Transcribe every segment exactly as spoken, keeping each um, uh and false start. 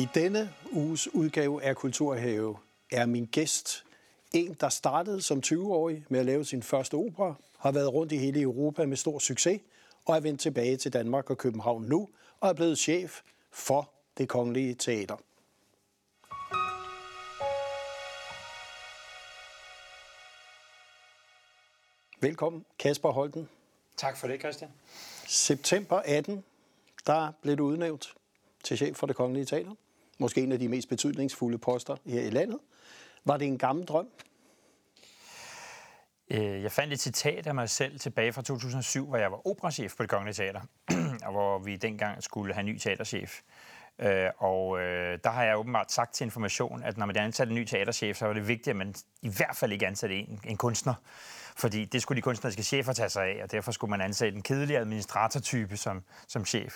I denne uges udgave af Kulturhave er min gæst en, der startede som tyve-årig med at lave sin første opera, har været rundt i hele Europa med stor succes og er vendt tilbage til Danmark og København nu og er blevet chef for Det Kongelige Teater. Velkommen, Kasper Holten. Tak for det, Christian. September atten, der blev du udnævnt til chef for Det Kongelige Teater. Måske en af de mest betydningsfulde poster her i landet. Var det en gammel drøm? Jeg fandt et citat af mig selv tilbage fra to tusind og syv, hvor jeg var operachef på Det Kongelige Teater, og hvor vi dengang skulle have en ny teaterchef. Og der har jeg åbenbart sagt til Information, at når man ansatte en ny teaterchef, så var det vigtigt, at man i hvert fald ikke ansatte en, en kunstner. Fordi det skulle de kunstneriske chefer tage sig af, og derfor skulle man ansætte en kedelig administratortype som, som chef.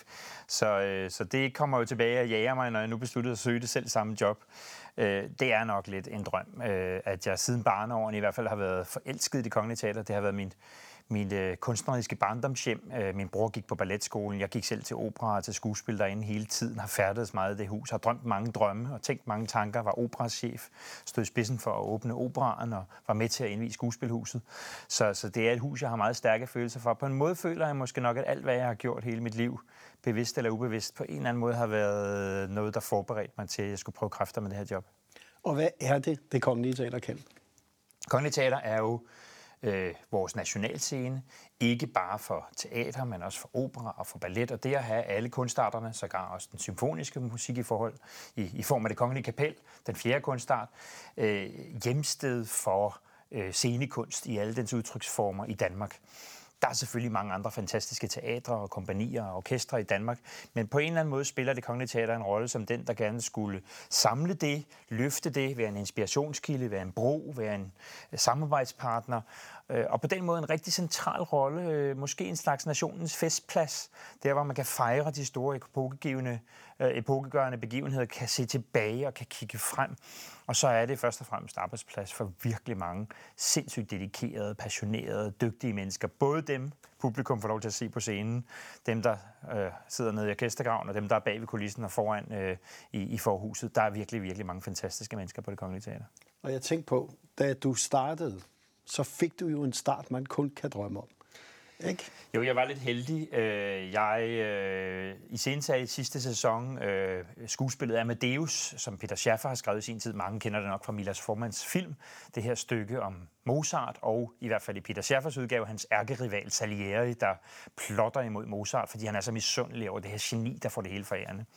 Så, så det kommer jo tilbage og jager mig, når jeg nu besluttede at søge det selv samme job. Det er nok lidt en drøm, at jeg siden barneårene i hvert fald har været forelsket i Det Kongelige Teater. Det har været min Min øh, kunstneriske barndomshjem. Øh, min bror gik på balletskolen. Jeg gik selv til opera og til skuespil derinde hele tiden. Har færdedes meget i det hus. Har drømt mange drømme og tænkt mange tanker. Var operachef. Stod i spidsen for at åbne operaen og var med til at indvie skuespilhuset. Så, så det er et hus, jeg har meget stærke følelser for. På en måde føler jeg måske nok, at alt, hvad jeg har gjort hele mit liv, bevidst eller ubevidst, på en eller anden måde har været noget, der forberedte mig til, at jeg skulle prøve kræfter med det her job. Og hvad er det, Det Kongelige Teater kan? Kongelige Teater er jo Øh, vores nationalscene, ikke bare for teater, men også for opera og for ballet, og det at have alle kunstarterne, sågar også den symfoniske musik i forhold, i, i form af Det Kongelige Kapel, den fjerde kunstart, øh, hjemsted for øh, scenekunst i alle dens udtryksformer i Danmark. Der er selvfølgelig mange andre fantastiske teatre og kompagnier og orkestre i Danmark, men på en eller anden måde spiller Det Kongelige Teater en rolle som den, der gerne skulle samle det, løfte det, være en inspirationskilde, være en bro, være en samarbejdspartner, og på den måde en rigtig central rolle, måske en slags nationens festplads, der hvor man kan fejre de store epokegivende, epokegørende begivenheder, kan se tilbage og kan kigge frem. Og så er det først og fremmest arbejdsplads for virkelig mange sindssygt dedikerede, passionerede, dygtige mennesker. Både dem, publikum får lov til at se på scenen, dem, der øh, sidder nede i orkestergraven, og dem, der er bag ved kulissen og foran øh, i, i forhuset. Der er virkelig, virkelig mange fantastiske mennesker på Det Kongelige Teater. Og jeg tænkte på, da du startede, så fik du jo en start, man kun kan drømme om. Ikke? Jo, jeg var lidt heldig. Jeg øh, iscenesatte i sidste sæson øh, skuespillet Amadeus, som Peter Schaffer har skrevet i sin tid. Mange kender det nok fra Milos Formans film. Det her stykke om Mozart, og i hvert fald i Peter Schaffers udgave, hans ærkerival Salieri, der plotter imod Mozart, fordi han er så misundelig over det her geni, der får det hele forærende.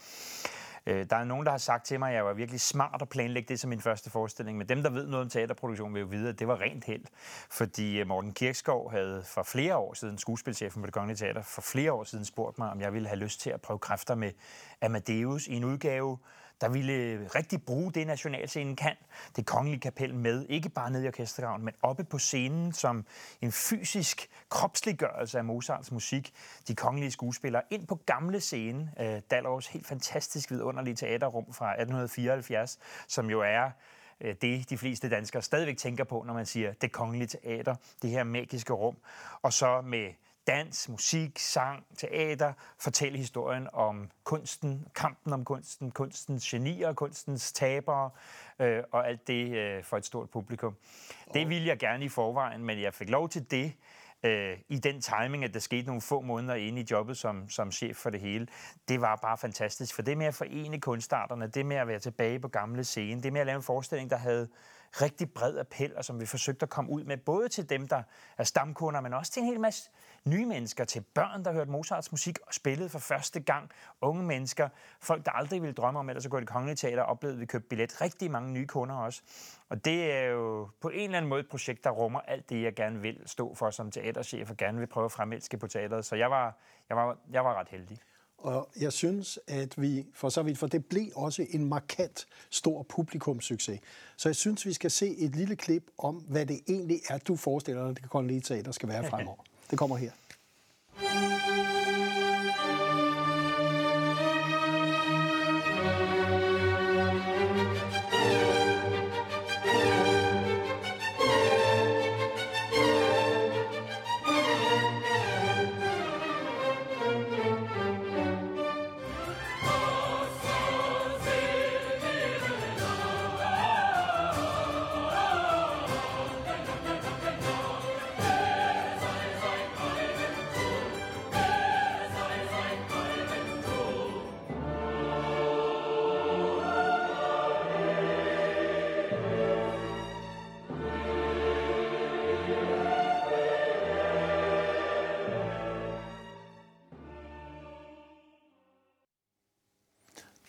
Der er nogen, der har sagt til mig, at jeg var virkelig smart at planlægge det som min første forestilling, men dem, der ved noget om teaterproduktion, vil jo vide, at det var rent held. Fordi Morten Kirkskov havde for flere år siden, skuespilchefen på Det Kongelige Teater, for flere år siden spurgt mig, om jeg ville have lyst til at prøve kræfter med Amadeus i en udgave, der ville rigtig bruge det, nationalscenen kan. Det Kongelige Kapel med, ikke bare nede i orkestergraven, men oppe på scenen som en fysisk kropsliggørelse af Mozarts musik. De kongelige skuespillere ind på gamle scene, øh, Dallovs helt fantastisk vidunderlige teaterrum fra atten fireoghalvfjerds, som jo er øh, det, de fleste danskere stadigvæk tænker på, når man siger Det Kongelige Teater, det her magiske rum. Og så med dans, musik, sang, teater, fortælle historien om kunsten, kampen om kunsten, kunstens genier, kunstens tabere øh, og alt det øh, for et stort publikum. Det ville jeg gerne i forvejen, men jeg fik lov til det øh, i den timing, at der skete nogle få måneder inde i jobbet som, som chef for det hele. Det var bare fantastisk, for det med at forene kunstarterne, det med at være tilbage på gamle scene, det med at lave en forestilling, der havde rigtig bred appel, og som vi forsøgte at komme ud med, både til dem, der er stamkunder, men også til en hel masse nye mennesker, til børn, der hørte Mozarts musik og spillede for første gang, unge mennesker, folk, der aldrig ville drømme om, ellers så går Det Kongelige Teater og oplevede, at vi købte billet. Rigtig mange nye kunder også. Og det er jo på en eller anden måde et projekt, der rummer alt det, jeg gerne vil stå for som teaterchef, og gerne vil prøve at fremelske på teateret. Så jeg var, jeg var, jeg var ret heldig. Og jeg synes, at vi for så vidt, for det blev også en markant stor publikumssucces. Så jeg synes, vi skal se et lille klip om, hvad det egentlig er, du forestiller dig, Det Kongelige Teater skal være fremover. Det kommer her.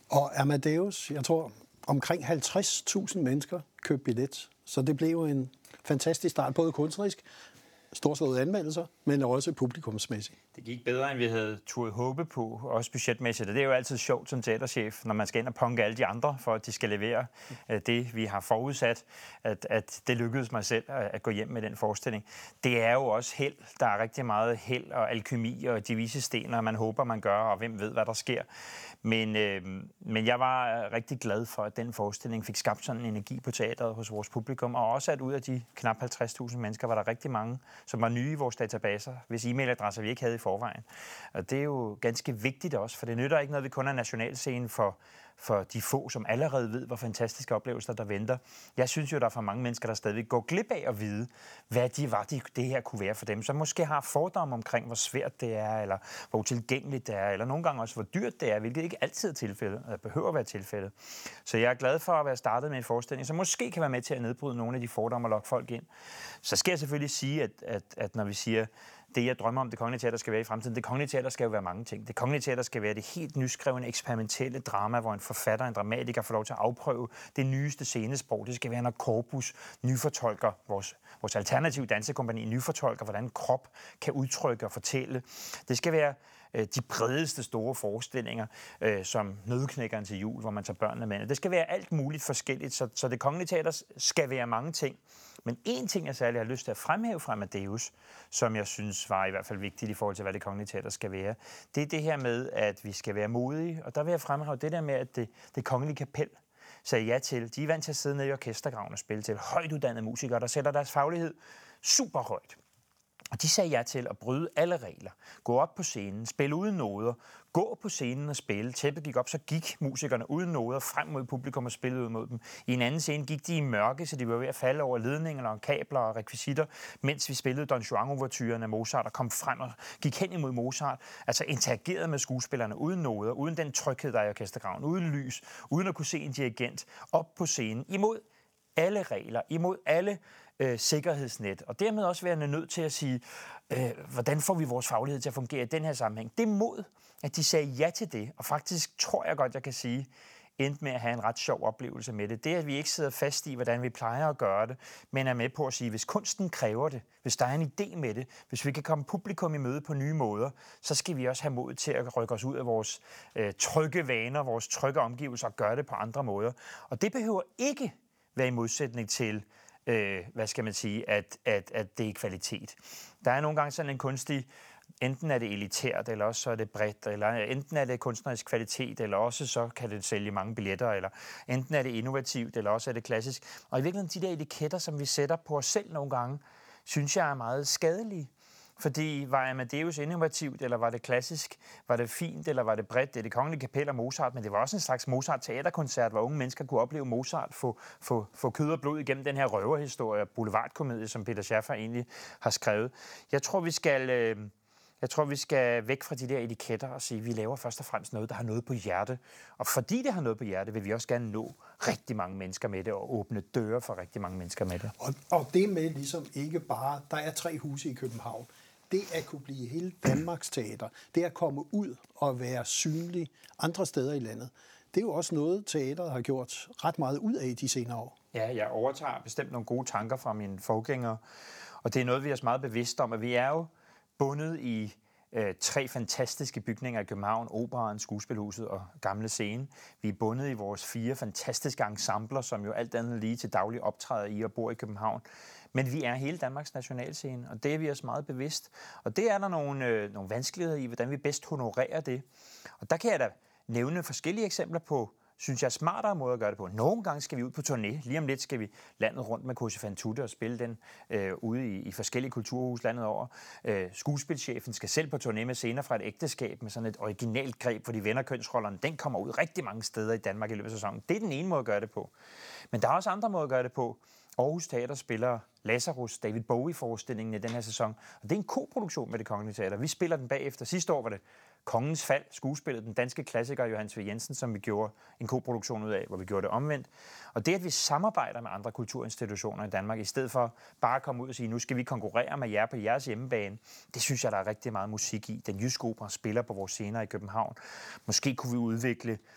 Og Amadeus, jeg tror, omkring halvtreds tusind mennesker købte billet. Så det blev jo en fantastisk start, både kunstnerisk, storslåede anmeldelser, men også publikumsmæssigt. Det gik bedre, end vi havde turde håbe på, også budgetmæssigt. Og det er jo altid sjovt som teaterchef, når man skal ind og punke alle de andre, for at de skal levere det, vi har forudsat, at, at det lykkedes mig selv at gå hjem med den forestilling. Det er jo også held. Der er rigtig meget held og alkymi og de vise sten, og man håber, man gør, og hvem ved, hvad der sker. Men, øh, men jeg var rigtig glad for, at den forestilling fik skabt sådan en energi på teateret hos vores publikum, og også at ud af de knap halvtreds tusind mennesker var der rigtig mange, som var nye i vores databaser, hvis e-mailadresser vi ikke havde i forvejen. Og det er jo ganske vigtigt også, for det nytter ikke noget, vi kun er nationalscene for, for de få, som allerede ved, hvor fantastiske oplevelser der venter. Jeg synes jo, der er for mange mennesker, der stadig går glip af at vide, hvad de var, de, det her kunne være for dem, som måske har fordomme omkring, hvor svært det er, eller hvor utilgængeligt det er, eller nogle gange også, hvor dyrt det er, hvilket ikke altid er tilfældet, eller behøver at være tilfældet. Så jeg er glad for at være startet med en forestilling, som måske kan være med til at nedbryde nogle af de fordomme og lokke folk ind. Så skal jeg selvfølgelig sige, at, at, at når vi siger, det, jeg drømmer om, det Kongelige Teater skal være i fremtiden. Det Kongelige Teater skal jo være mange ting. Det Kongelige Teater skal være det helt nyskrevne, eksperimentelle drama, hvor en forfatter, en dramatiker får lov til at afprøve det nyeste scenesprog. Det skal være, når Corpus nyfortolker, vores, vores alternative dansekompagni nyfortolker, hvordan krop kan udtrykke og fortælle. Det skal være øh, de bredeste store forestillinger, øh, som Nøddeknækkeren til jul, hvor man tager børnene med. Det skal være alt muligt forskelligt, så, så det Kongelige Teater skal være mange ting. Men én ting, jeg særligt har lyst til at fremhæve fra Amadeus, som jeg synes var i hvert fald vigtigt i forhold til, hvad det Kongelige Teater skal være, det er det her med, at vi skal være modige. Og der vil jeg fremhæve det der med, at det, det Kongelige Kapel sagde ja til. De er vant til at sidde nede i orkestergraven og spille til højtuddannede musikere, der sætter deres faglighed super højt. Og de sagde ja til at bryde alle regler, gå op på scenen, spille uden noder, gå på scenen og spille. Tæppet gik op, så gik musikerne uden noder frem mod publikum og spillede ud mod dem. I en anden scene gik de i mørke, så de var ved at falde over ledninger og kabler og rekvisitter, mens vi spillede Don Juan-ouverturen af Mozart og kom frem og gik hen imod Mozart. Altså interagerede med skuespillerne uden noder, uden den tryghed, der er i orkestergraven, uden lys, uden at kunne se en dirigent op på scenen, imod alle regler, imod alle øh, sikkerhedsnet, og dermed også være nødt til at sige, øh, hvordan får vi vores faglighed til at fungere i den her sammenhæng. Det mod, at de sagde ja til det, og faktisk tror jeg godt, jeg kan sige, endte med at have en ret sjov oplevelse med det. Det, at vi ikke sidder fast i, hvordan vi plejer at gøre det, men er med på at sige, hvis kunsten kræver det, hvis der er en idé med det, hvis vi kan komme publikum i møde på nye måder, så skal vi også have mod til at rykke os ud af vores øh, trygge vaner, vores trygge omgivelser og gøre det på andre måder. Og det behøver ikke være i modsætning til, øh, hvad skal man sige, at, at, at det er kvalitet. Der er nogle gange sådan en kunstig, enten er det elitært, eller også så er det bredt, eller enten er det kunstnerisk kvalitet, eller også så kan det sælge mange billetter, eller enten er det innovativt, eller også er det klassisk. Og i virkeligheden de der etiketter, som vi sætter på os selv nogle gange, synes jeg er meget skadelige. Fordi var Amadeus innovativt, eller var det klassisk? Var det fint, eller var det bredt? Det er det Kongelige Kapel og Mozart, men det var også en slags Mozart-teaterkoncert, hvor unge mennesker kunne opleve Mozart få, få, få kød og blod igennem den her røverhistorie, boulevardkomedie, som Peter Schaffer egentlig har skrevet. Jeg tror, vi skal... Øh, Jeg tror, vi skal væk fra de der etiketter og sige, at vi laver først og fremmest noget, der har noget på hjerte. Og fordi det har noget på hjerte, vil vi også gerne nå rigtig mange mennesker med det og åbne døre for rigtig mange mennesker med det. Og, og det med ligesom ikke bare, der er tre huse i København. Det at kunne blive hele Danmarks teater, det at komme ud og være synlig andre steder i landet, det er jo også noget, teateret har gjort ret meget ud af de senere år. Ja, jeg overtager bestemt nogle gode tanker fra mine forgængere, og det er noget, vi er os meget bevidste om, at vi er jo bundet i øh, tre fantastiske bygninger i København, Operaen, Skuespilhuset og Gamle Scene. Vi er bundet i vores fire fantastiske ensembler, som jo alt andet lige til daglig optræder i og bor i København. Men vi er hele Danmarks nationalscene, og det er vi os meget bevidst. Og det er der nogle, øh, nogle vanskeligheder i, hvordan vi bedst honorerer det. Og der kan jeg da nævne forskellige eksempler på, synes jeg, smartere måde at gøre det på. Nogle gange skal vi ud på turné. Lige om lidt skal vi landet rundt med Cosi fan tutte og spille den øh, ude i, i forskellige kulturhus landet over. Øh, skuespilchefen skal selv på turné med scener fra et ægteskab med sådan et originalt greb, hvor de vender kønsrollerne. Den kommer ud rigtig mange steder i Danmark i løbet af sæsonen. Det er den ene måde at gøre det på. Men der er også andre måder at gøre det på. Aarhus Teater spiller Lazarus, David Bowie-forestillingen i den her sæson. Og det er en koproduktion med Det Kongelige Teater. Vi spiller den bagefter. Sidste år var det Kongens Fald, skuespillet, den danske klassiker Johannes V. Jensen, som vi gjorde en koproduktion ud af, hvor vi gjorde det omvendt. Og det, at vi samarbejder med andre kulturinstitutioner i Danmark, i stedet for bare at komme ud og sige, nu skal vi konkurrere med jer på jeres hjemmebane, det synes jeg, der er rigtig meget musik i. Den Jyske Opera spiller på vores scener i København. Måske kunne vi udvikle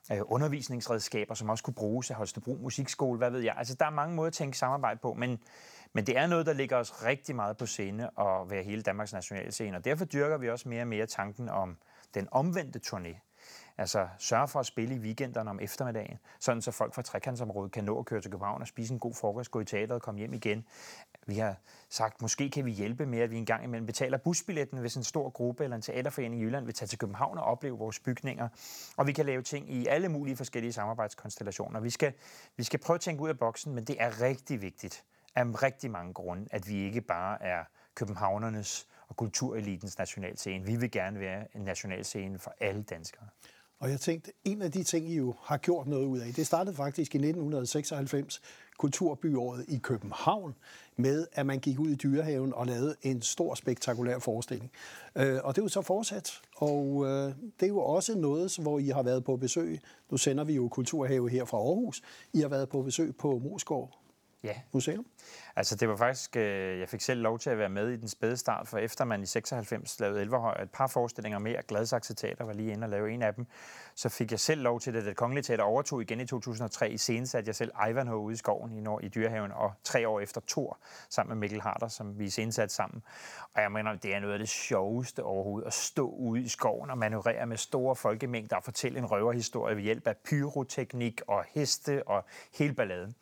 øh, undervisningsredskaber, som også kunne bruges af Holstebro Musikskole, hvad ved jeg. Altså, der er mange måder at tænke samarbejde på, men, men det er noget, der ligger os rigtig meget på sinde at være hele Danmarks nationale scene, og derfor dyrker vi også mere og mere tanken om den omvendte turné. Altså sørge for at spille i weekenderne om eftermiddagen, sådan så folk fra trekantsområdet kan nå at køre til København og spise en god frokost, gå i teateret og komme hjem igen. Vi har sagt, måske kan vi hjælpe med, at vi en gang imellem betaler busbilletten, hvis en stor gruppe eller en teaterforening i Jylland vil tage til København og opleve vores bygninger. Og vi kan lave ting i alle mulige forskellige samarbejdskonstellationer. Vi skal, vi skal prøve at tænke ud af boksen, men det er rigtig vigtigt af rigtig mange grunde, at vi ikke bare er københavnernes og kulturelitens nationalscene. Vi vil gerne være en nationalscene for alle danskere. Og jeg tænkte, en af de ting, I jo har gjort noget ud af, det startede faktisk i nitten seksoghalvfems, Kulturbyåret i København, med at man gik ud i Dyrehaven og lavede en stor, spektakulær forestilling. Øh, og det er jo så fortsat, og øh, det er jo også noget, hvor I har været på besøg. Nu sender vi jo Kulturhave her fra Aarhus. I har været på besøg på Moesgaard Ja. Museum. Altså det var faktisk, øh, jeg fik selv lov til at være med i den spæde start, for efter man i seksoghalvfems lavede Elverhøj et par forestillinger mere, Gladsaxe Teater var lige inde og lave en af dem, så fik jeg selv lov til det, at Det Kongelige Teater overtog igen i to tusind og tre. I scenen satte jeg selv Ivanhoe ude i skoven i, Nord, i Dyrehaven, og tre år efter Thor, sammen med Mikkel Harder, som vi iscenesatte sammen. Og jeg mener, det er noget af det sjoveste overhovedet, at stå ude i skoven og manøvrere med store folkemængder og fortælle en røverhistorie ved hjælp af pyroteknik og heste og hele balladen.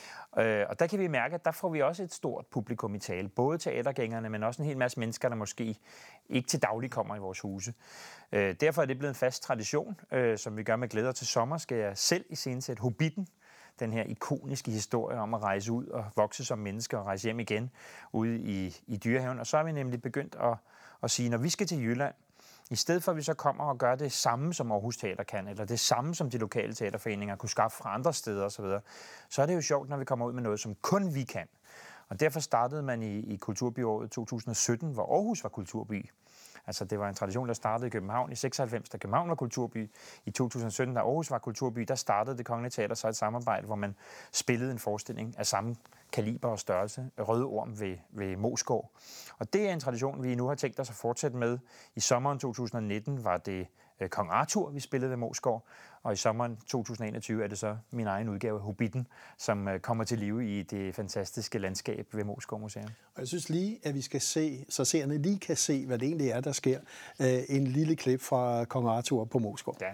Og der kan vi mærke, at der får vi også et stort publikum i tale. Både teatergængerne, men også en hel masse mennesker, der måske ikke til daglig kommer i vores huse. Derfor er det blevet en fast tradition, som vi gør med glæder. Til sommer skal jeg selv iscenesætte Hobbitten, den her ikoniske historie om at rejse ud og vokse som menneske og rejse hjem igen ude i, i Dyrehaven. Og så er vi nemlig begyndt at, at sige, når vi skal til Jylland, i stedet for at vi så kommer og gør det samme, som Aarhus Teater kan, eller det samme, som de lokale teaterforeninger kunne skaffe fra andre steder osv., så, så er det jo sjovt, når vi kommer ud med noget, som kun vi kan. Og derfor startede man i, i Kulturbyåret to tusind og sytten, hvor Aarhus var kulturby. Altså det var en tradition, der startede i København i seksoghalvfems, da København var kulturby. I to tusind og sytten, da Aarhus var kulturby, der startede Det Kongelige Teater så et samarbejde, hvor man spillede en forestilling af samme kaliber og størrelse, Røde Orm ved, ved Moesgaard. Og det er en tradition, vi nu har tænkt os at fortsætte med. I sommeren to tusind og nitten var det Kong Arthur, vi spillede ved Moesgaard, og i sommeren to tusind og enogtyve er det så min egen udgave af Hobbitten, som kommer til live i det fantastiske landskab ved Moesgaard Museum. Og jeg synes lige, at vi skal se, så seerne lige kan se, hvad det egentlig er, der sker. En lille klip fra Kong Arthur på Moesgaard. Ja.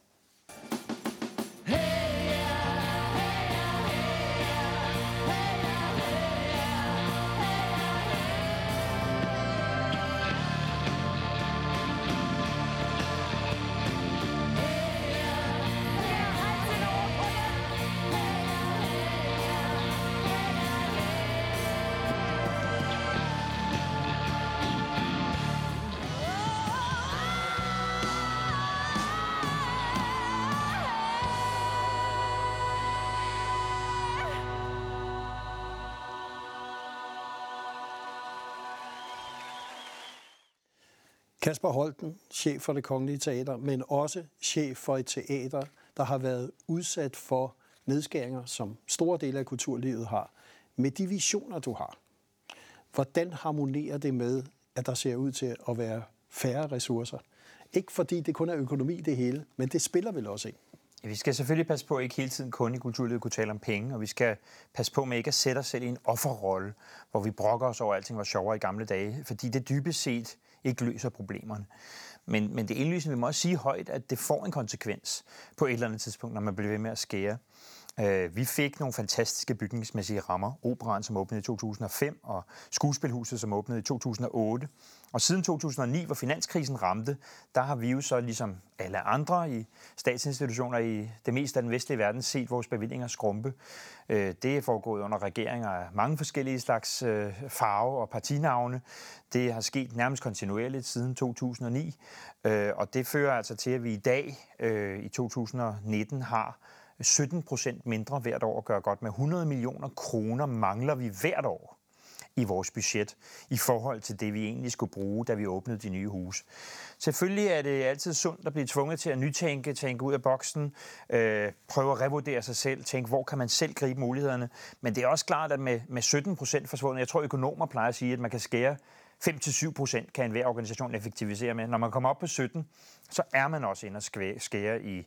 Kasper Holten, chef for Det Kongelige Teater, men også chef for et teater, der har været udsat for nedskæringer, som store dele af kulturlivet har. Med de visioner, du har, hvordan harmonerer det med, at der ser ud til at være færre ressourcer? Ikke fordi det kun er økonomi det hele, men det spiller vel også ind. Vi skal selvfølgelig passe på, at ikke hele tiden kun i kulturlivet kunne tale om penge, og vi skal passe på med ikke at sætte os selv i en offerrolle, hvor vi brokker os over, at alting var sjovere i gamle dage, fordi det dybest set ikke løser problemerne. Men, men det indlysende, vi må også sige højt, at det får en konsekvens på et eller andet tidspunkt, når man bliver ved med at skære. Uh, vi fik nogle fantastiske bygningsmæssige rammer. Operaen, som åbnede i to tusind og fem, og Skuespilhuset, som åbnede i to tusind og otte. Og siden to tusind og ni, hvor finanskrisen ramte, der har vi jo så ligesom alle andre i statsinstitutioner i det meste af den vestlige verden set vores bevillinger skrumpe. Uh, det er foregået under regeringer af mange forskellige slags uh, farve og partinavne. Det har sket nærmest kontinuerligt siden to tusind og ni. Uh, og det fører altså til, at vi i dag, uh, i to tusind og nitten, har sytten procent mindre hvert år at gøre godt med. hundrede millioner kroner mangler vi hvert år i vores budget i forhold til det, vi egentlig skulle bruge, da vi åbnede de nye huse. Selvfølgelig er det altid sundt at blive tvunget til at nytænke, tænke ud af boksen, øh, prøve at revurdere sig selv, tænke, hvor kan man selv gribe mulighederne. Men det er også klart, at med, med sytten procent forsvundet, jeg tror, økonomer plejer at sige, at man kan skære fem til syv procent kan enhver organisation effektivisere med. Når man kommer op på sytten, så er man også inde og skære i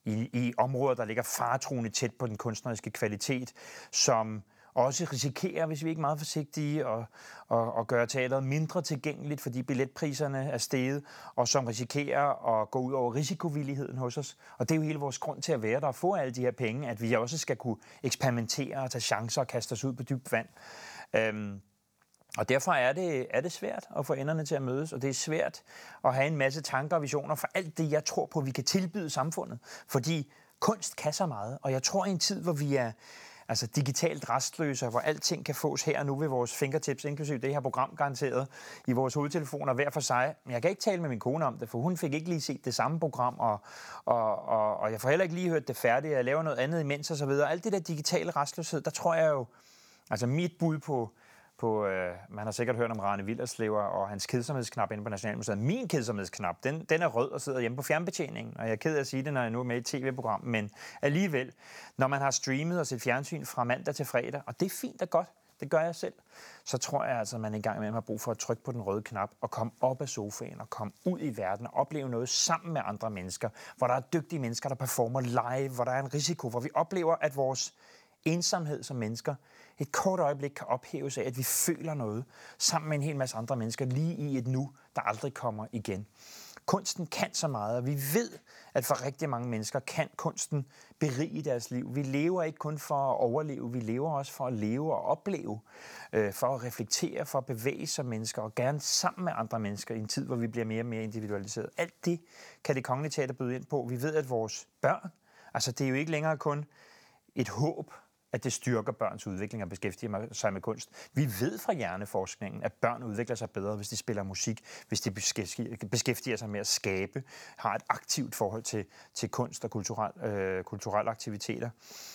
i, i områder, der ligger faretruende tæt på den kunstneriske kvalitet, som også risikerer, hvis vi ikke er meget forsigtige, at, at, at gøre teateret mindre tilgængeligt, fordi billetpriserne er steget, og som risikerer at gå ud over risikovilligheden hos os. Og det er jo hele vores grund til at være der og få alle de her penge, at vi også skal kunne eksperimentere og tage chancer og kaste os ud på dybt vand. Øhm, og derfor er det, er det svært at få enderne til at mødes, og det er svært at have en masse tanker og visioner for alt det, jeg tror på, vi kan tilbyde samfundet. Fordi kunst kan så meget, og jeg tror i en tid, hvor vi er altså digitalt rastløse, hvor alting kan fås her og nu ved vores fingertips, inklusive det her program garanteret i vores hovedtelefoner hver for sig. Men jeg kan ikke tale med min kone om det, for hun fik ikke lige set det samme program, og, og, og, og jeg får heller ikke lige hørt det færdigt. Jeg laver noget andet imens og så videre. Alt det der digitale rastløshed, der tror jeg jo, altså mit bud på, på øh, man har sikkert hørt om Rane Willerslev og hans kedsomhedsknap inde på Nationalmuseet. Min kedsomhedsknap, den, den er rød og sidder hjemme på fjernbetjeningen, og jeg er ked af at sige det, når jeg nu er med i et tv-program, men alligevel, når man har streamet og set fjernsyn fra mandag til fredag, og det er fint og godt, det gør jeg selv, så tror jeg altså, at man en gang imellem har brug for at trykke på den røde knap og komme op af sofaen og komme ud i verden og opleve noget sammen med andre mennesker, hvor der er dygtige mennesker, der performer live, hvor der er en risiko, hvor vi oplever, at vores ensomhed som mennesker et kort øjeblik kan ophæves af, at vi føler noget sammen med en hel masse andre mennesker lige i et nu, der aldrig kommer igen. Kunsten kan så meget, og vi ved, at for rigtig mange mennesker kan kunsten berige deres liv. Vi lever ikke kun for at overleve, vi lever også for at leve og opleve, øh, for at reflektere, for at bevæge sig mennesker, og gerne sammen med andre mennesker i en tid, hvor vi bliver mere og mere individualiseret. Alt det kan Det Kongelige Teater byde ind på. Vi ved, at vores børn, altså det er jo ikke længere kun et håb, at det styrker børns udvikling og beskæftiger sig med kunst. Vi ved fra hjerneforskningen, at børn udvikler sig bedre, hvis de spiller musik, hvis de beskæftiger sig med at skabe, har et aktivt forhold til, til kunst og kulturel, øh, kulturelle aktiviteter.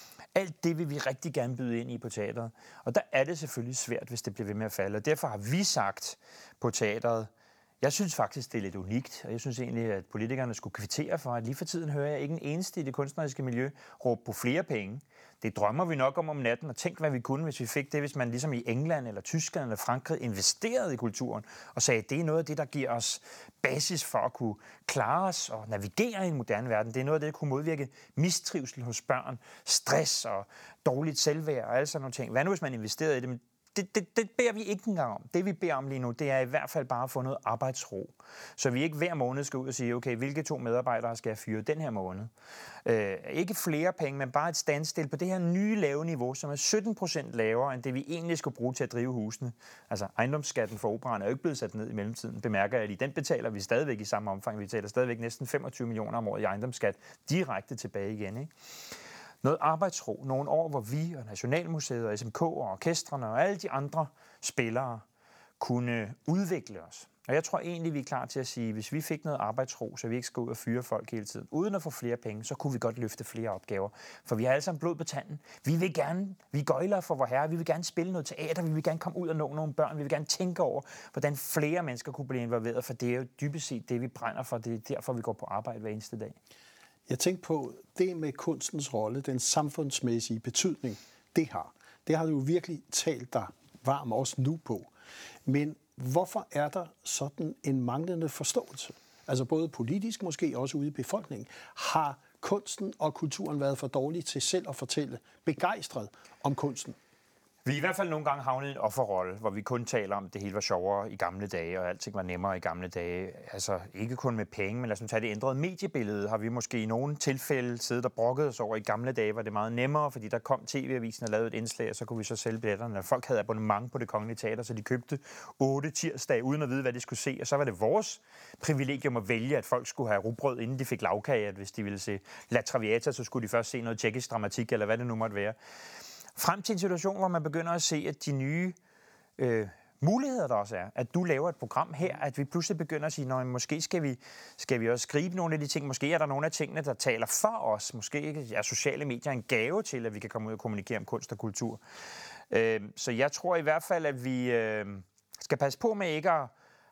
Alt det vil vi rigtig gerne byde ind i på teateret. Og der er det selvfølgelig svært, hvis det bliver ved med at falde. Og derfor har vi sagt på teateret, jeg synes faktisk, det er lidt unikt, og jeg synes egentlig, at politikerne skulle kvittere for, at lige for tiden hører jeg ikke en eneste i det kunstneriske miljø råbe på flere penge. Det drømmer vi nok om om natten, og tænk, hvad vi kunne, hvis vi fik det, hvis man ligesom i England eller Tyskland eller Frankrig investerede i kulturen og sagde, at det er noget af det, der giver os basis for at kunne klare os og navigere i en moderne verden. Det er noget af det, der kunne modvirke mistrivsel hos børn, stress og dårligt selvværd og alle sådan nogle ting. Hvad nu, hvis man investerede i det? Det, det, det beder vi ikke engang om. Det vi beder om lige nu, det er i hvert fald bare at få noget arbejdsro. Så vi ikke hver måned skal ud og sige, okay, hvilke to medarbejdere skal jeg fyre den her måned? Øh, ikke flere penge, men bare et standstill på det her nye lave niveau, som er sytten procent lavere, end det vi egentlig skulle bruge til at drive husene. Altså ejendomsskatten for operaen er jo ikke blevet sat ned i mellemtiden. Bemærker jeg lige, den betaler vi stadigvæk i samme omfang. Vi betaler stadigvæk næsten femogtyve millioner om året i ejendomsskat direkte tilbage igen, ikke? Noget arbejdsro, nogle år, hvor vi og Nationalmuseet og S M K og orkestrene og alle de andre spillere kunne udvikle os. Og jeg tror egentlig, vi er klar til at sige, at hvis vi fik noget arbejdsro, så vi ikke skal ud og fyre folk hele tiden, uden at få flere penge, så kunne vi godt løfte flere opgaver. For vi har alle sammen blod på tanden. Vi vil gerne, vi gøjler for vor herre, vi vil gerne spille noget teater, vi vil gerne komme ud og nå nogle børn, vi vil gerne tænke over, hvordan flere mennesker kunne blive involveret, for det er jo dybest set det, vi brænder for. Det er derfor, vi går på arbejde hver eneste dag. Jeg tænkte på, det med kunstens rolle, den samfundsmæssige betydning, det har. Det har du jo virkelig talt dig varm også nu på. Men hvorfor er der sådan en manglende forståelse? Altså både politisk, måske også ude i befolkningen. Har kunsten og kulturen været for dårlige til selv at fortælle begejstret om kunsten? Vi er i hvert fald nogle gange havnet i en offerrolle, hvor vi kun taler om, at det hele var sjovere i gamle dage, og alting var nemmere i gamle dage. Altså ikke kun med penge, men lad os tage det ændrede mediebillede. Har vi måske i nogle tilfælde siddet og brokket os over. I gamle dage var det meget nemmere, fordi der kom T V-avisen og lavede et indslag, og så kunne vi så sælge billetterne. Folk havde abonnement på Det Kongelige Teater, så de købte otte tirsdage uden at vide, hvad de skulle se. Og så var det vores privilegium at vælge, at folk skulle have rugbrød, inden de fik lavkage. At hvis de ville se La Traviata, så skulle de først se noget tjekkisk dramatik, eller hvad det nu måtte være. Frem til en situation, hvor man begynder at se, at de nye øh, muligheder, der også er, at du laver et program her, at vi pludselig begynder at sige, at måske skal vi, skal vi også gribe nogle af de ting, måske er der nogle af tingene, der taler for os, måske er sociale medier en gave til, at vi kan komme ud og kommunikere om kunst og kultur. Øh, så jeg tror i hvert fald, at vi øh, skal passe på med ikke at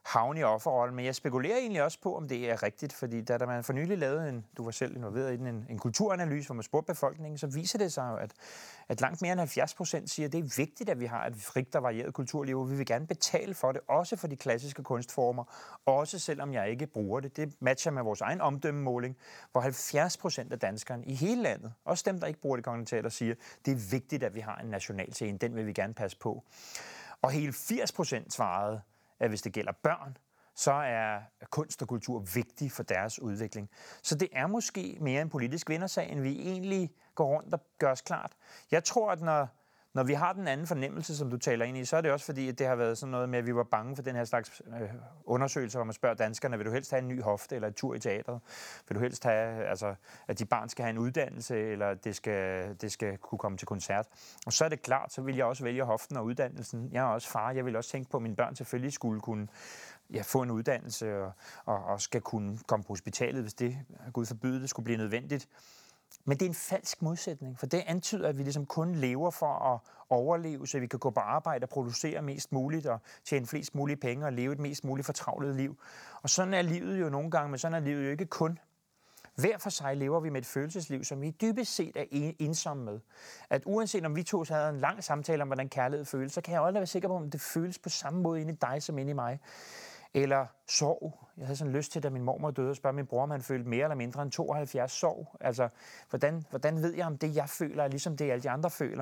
havne i offerrollen, men jeg spekulerer egentlig også på, om det er rigtigt, fordi da der man for nylig lavede en, du var selv involveret i den, en, en kulturanalyse, hvor man spurgte befolkningen, så viser det sig jo, at, at langt mere end halvfjerds procent siger, at det er vigtigt, at vi har et rigt og varieret kulturliv, og vi vil gerne betale for det, også for de klassiske kunstformer, også selvom jeg ikke bruger det. Det matcher med vores egen omdømmemåling, hvor halvfjerds procent af danskerne i hele landet, også dem, der ikke bruger det kongelige teater, siger, at det er vigtigt, at vi har en nationalscene, den vil vi gerne passe på. Og hele firs procent svarede, at hvis det gælder børn, så er kunst og kultur vigtig for deres udvikling. Så det er måske mere en politisk vindersag, end vi egentlig går rundt og gør os klart. Jeg tror, at når, når vi har den anden fornemmelse, som du taler ind i, så er det også fordi, at det har været sådan noget med, at vi var bange for den her slags øh, undersøgelser, hvor man spørger danskerne, vil du helst have en ny hofte eller en tur i teatret? Vil du helst have, altså, at de barn skal have en uddannelse, eller det skal, det skal kunne komme til koncert? Og så er det klart, så vil jeg også vælge hoften og uddannelsen. Jeg er også far, jeg vil også tænke på, at mine børn selvfølgelig skulle kunne ja, få en uddannelse og, og, og skal kunne komme på hospitalet, hvis det, Gud forbyde det, skulle blive nødvendigt. Men det er en falsk modsætning, for det antyder, at vi ligesom kun lever for at overleve, så vi kan gå på arbejde og producere mest muligt og tjene flest mulige penge og leve et mest muligt fortravlet liv. Og sådan er livet jo nogle gange, men sådan er livet jo ikke kun. Hver for sig lever vi med et følelsesliv, som vi dybest set er ensomme med. At uanset om vi to havde en lang samtale om, hvordan kærlighed føles, så kan jeg aldrig være sikker på, om det føles på samme måde inde i dig som inde i mig. Eller sorg. Jeg havde sådan lyst til, da min mormor døde, at spørge min bror, om han følte mere eller mindre end tooghalvfjerds sorg. Altså, hvordan, hvordan ved jeg, om det, jeg føler, er ligesom det, alle de andre føler?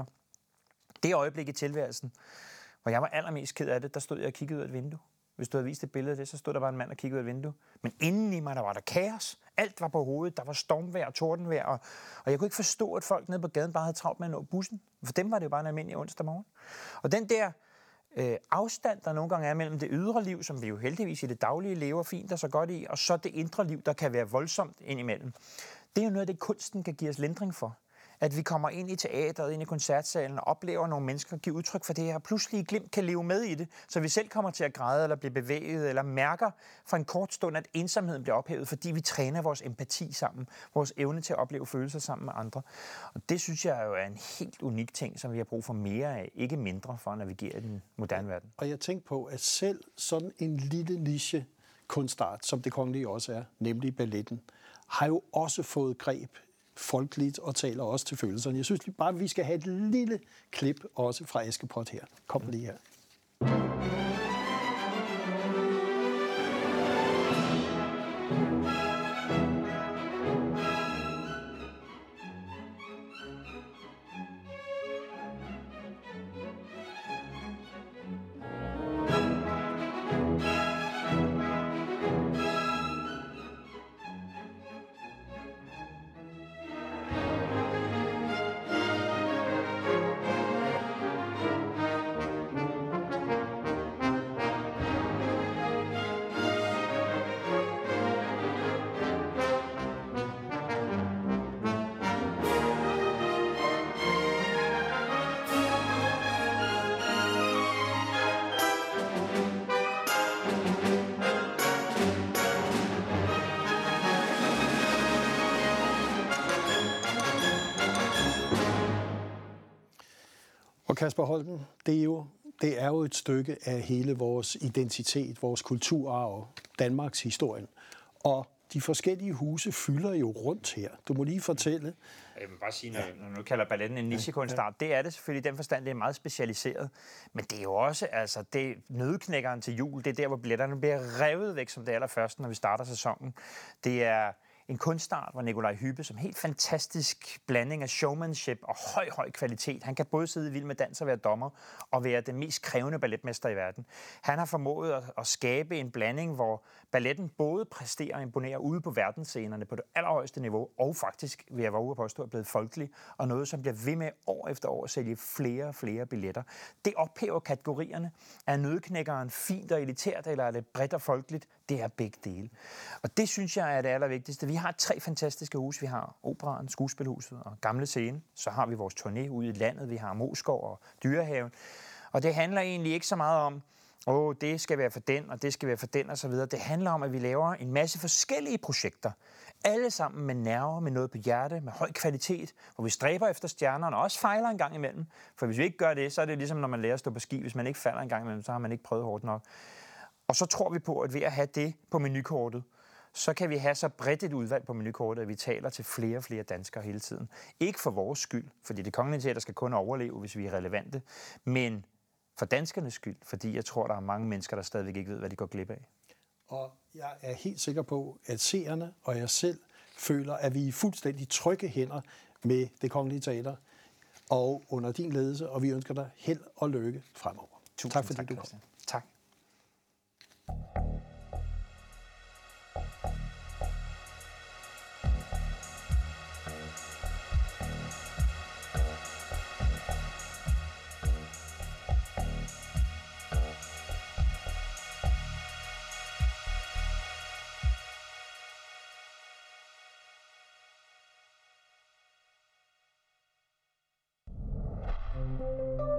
Det øjeblik i tilværelsen, hvor jeg var allermest ked af det, der stod jeg og kiggede ud af et vindue. Hvis du havde vist et billede af det, så stod der bare en mand og kiggede ud af et vindue. Men inden i mig, der var der kaos. Alt var på hovedet. Der var stormvejr og tordenvejr. Og, og jeg kunne ikke forstå, at folk nede på gaden bare havde travlt med at nå bussen. For dem var det jo bare en almindelig onsdag morgen. Og den der øh, afstand, der nogle gange er mellem det ydre liv, som vi jo heldigvis i det daglige lever fint og så godt i, og så det indre liv, der kan være voldsomt indimellem. Det er jo noget af det, kunsten kan give os lindring for. At vi kommer ind i teateret, ind i koncertsalen og oplever nogle mennesker give udtryk for det her. Pludselig glimt kan leve med i det, så vi selv kommer til at græde eller blive bevæget eller mærker for en kort stund, at ensomheden bliver ophævet, fordi vi træner vores empati sammen, vores evne til at opleve følelser sammen med andre. Og det synes jeg jo er en helt unik ting, som vi har brug for mere af, ikke mindre for at navigere i den moderne verden. Og jeg tænker på, at selv sådan en lille niche kunstart, som det kongelige også er, nemlig balletten, har jo også fået greb folkeligt og taler også til følelserne. Jeg synes bare, at vi skal have et lille klip også fra Askepot her. Kom lige her. Og Kasper Holten, det er, jo, det er jo et stykke af hele vores identitet, vores kulturarv, Danmarks historie. Og de forskellige huse fylder jo rundt her. Du må lige fortælle. Jeg vil bare sige, når, når du kalder balletten en nichekunstart, ja. Det er det selvfølgelig i den forstand, det er meget specialiseret. Men det er jo også, altså, det nødknækkeren til jul, det er der, hvor billetterne bliver revet væk som det allerførste, når vi starter sæsonen. Det er en kunststart, hvor Nikolaj Hübbe, som helt fantastisk blanding af showmanship og høj, høj kvalitet. Han kan både sidde i Vild med Dans og være dommer, og være den mest krævende balletmester i verden. Han har formået at, at skabe en blanding, hvor balletten både præsterer og imponerer ude på verdensscenerne på det allerhøjeste niveau, og faktisk, vil jeg våge at påstå, er blevet folkelig, og noget, som bliver ved med år efter år at sælge flere og flere billetter. Det ophæver kategorierne. Er nødknækkeren fint og elitært, eller er det bredt og folkeligt? Det er begge dele. Og det synes jeg er det allervigtigste. Vi har tre fantastiske huse. Vi har Operaen, Skuespilhuset og Gamle Scene. Så har vi vores turné ude i landet. Vi har Moskov og Dyrehaven. Og det handler egentlig ikke så meget om, åh, det skal være for den, og det skal være for den, og så videre. Det handler om, at vi laver en masse forskellige projekter. Alle sammen med nerver, med noget på hjerte, med høj kvalitet, hvor vi stræber efter stjernerne og også fejler en gang imellem. For hvis vi ikke gør det, så er det ligesom, når man lærer at stå på ski. Hvis man ikke falder en gang imellem, så har man ikke prøvet hårdt nok. Og så tror vi på, at ved at have det på menukortet, så kan vi have så bredt et udvalg på menukortet, at vi taler til flere og flere danskere hele tiden. Ikke for vores skyld, fordi Det Kongelige Teater skal kun overleve, hvis vi er relevante, men for danskernes skyld, fordi jeg tror, der er mange mennesker, der stadigvæk ikke ved, hvad de går glip af. Og jeg er helt sikker på, at seerne og jeg selv føler, at vi er i fuldstændig trygge hænder med Det Kongelige Teater og under din ledelse, og vi ønsker dig held og lykke fremover. Tusind tak fordi tak, du kom. Christian. Tak. Thank you.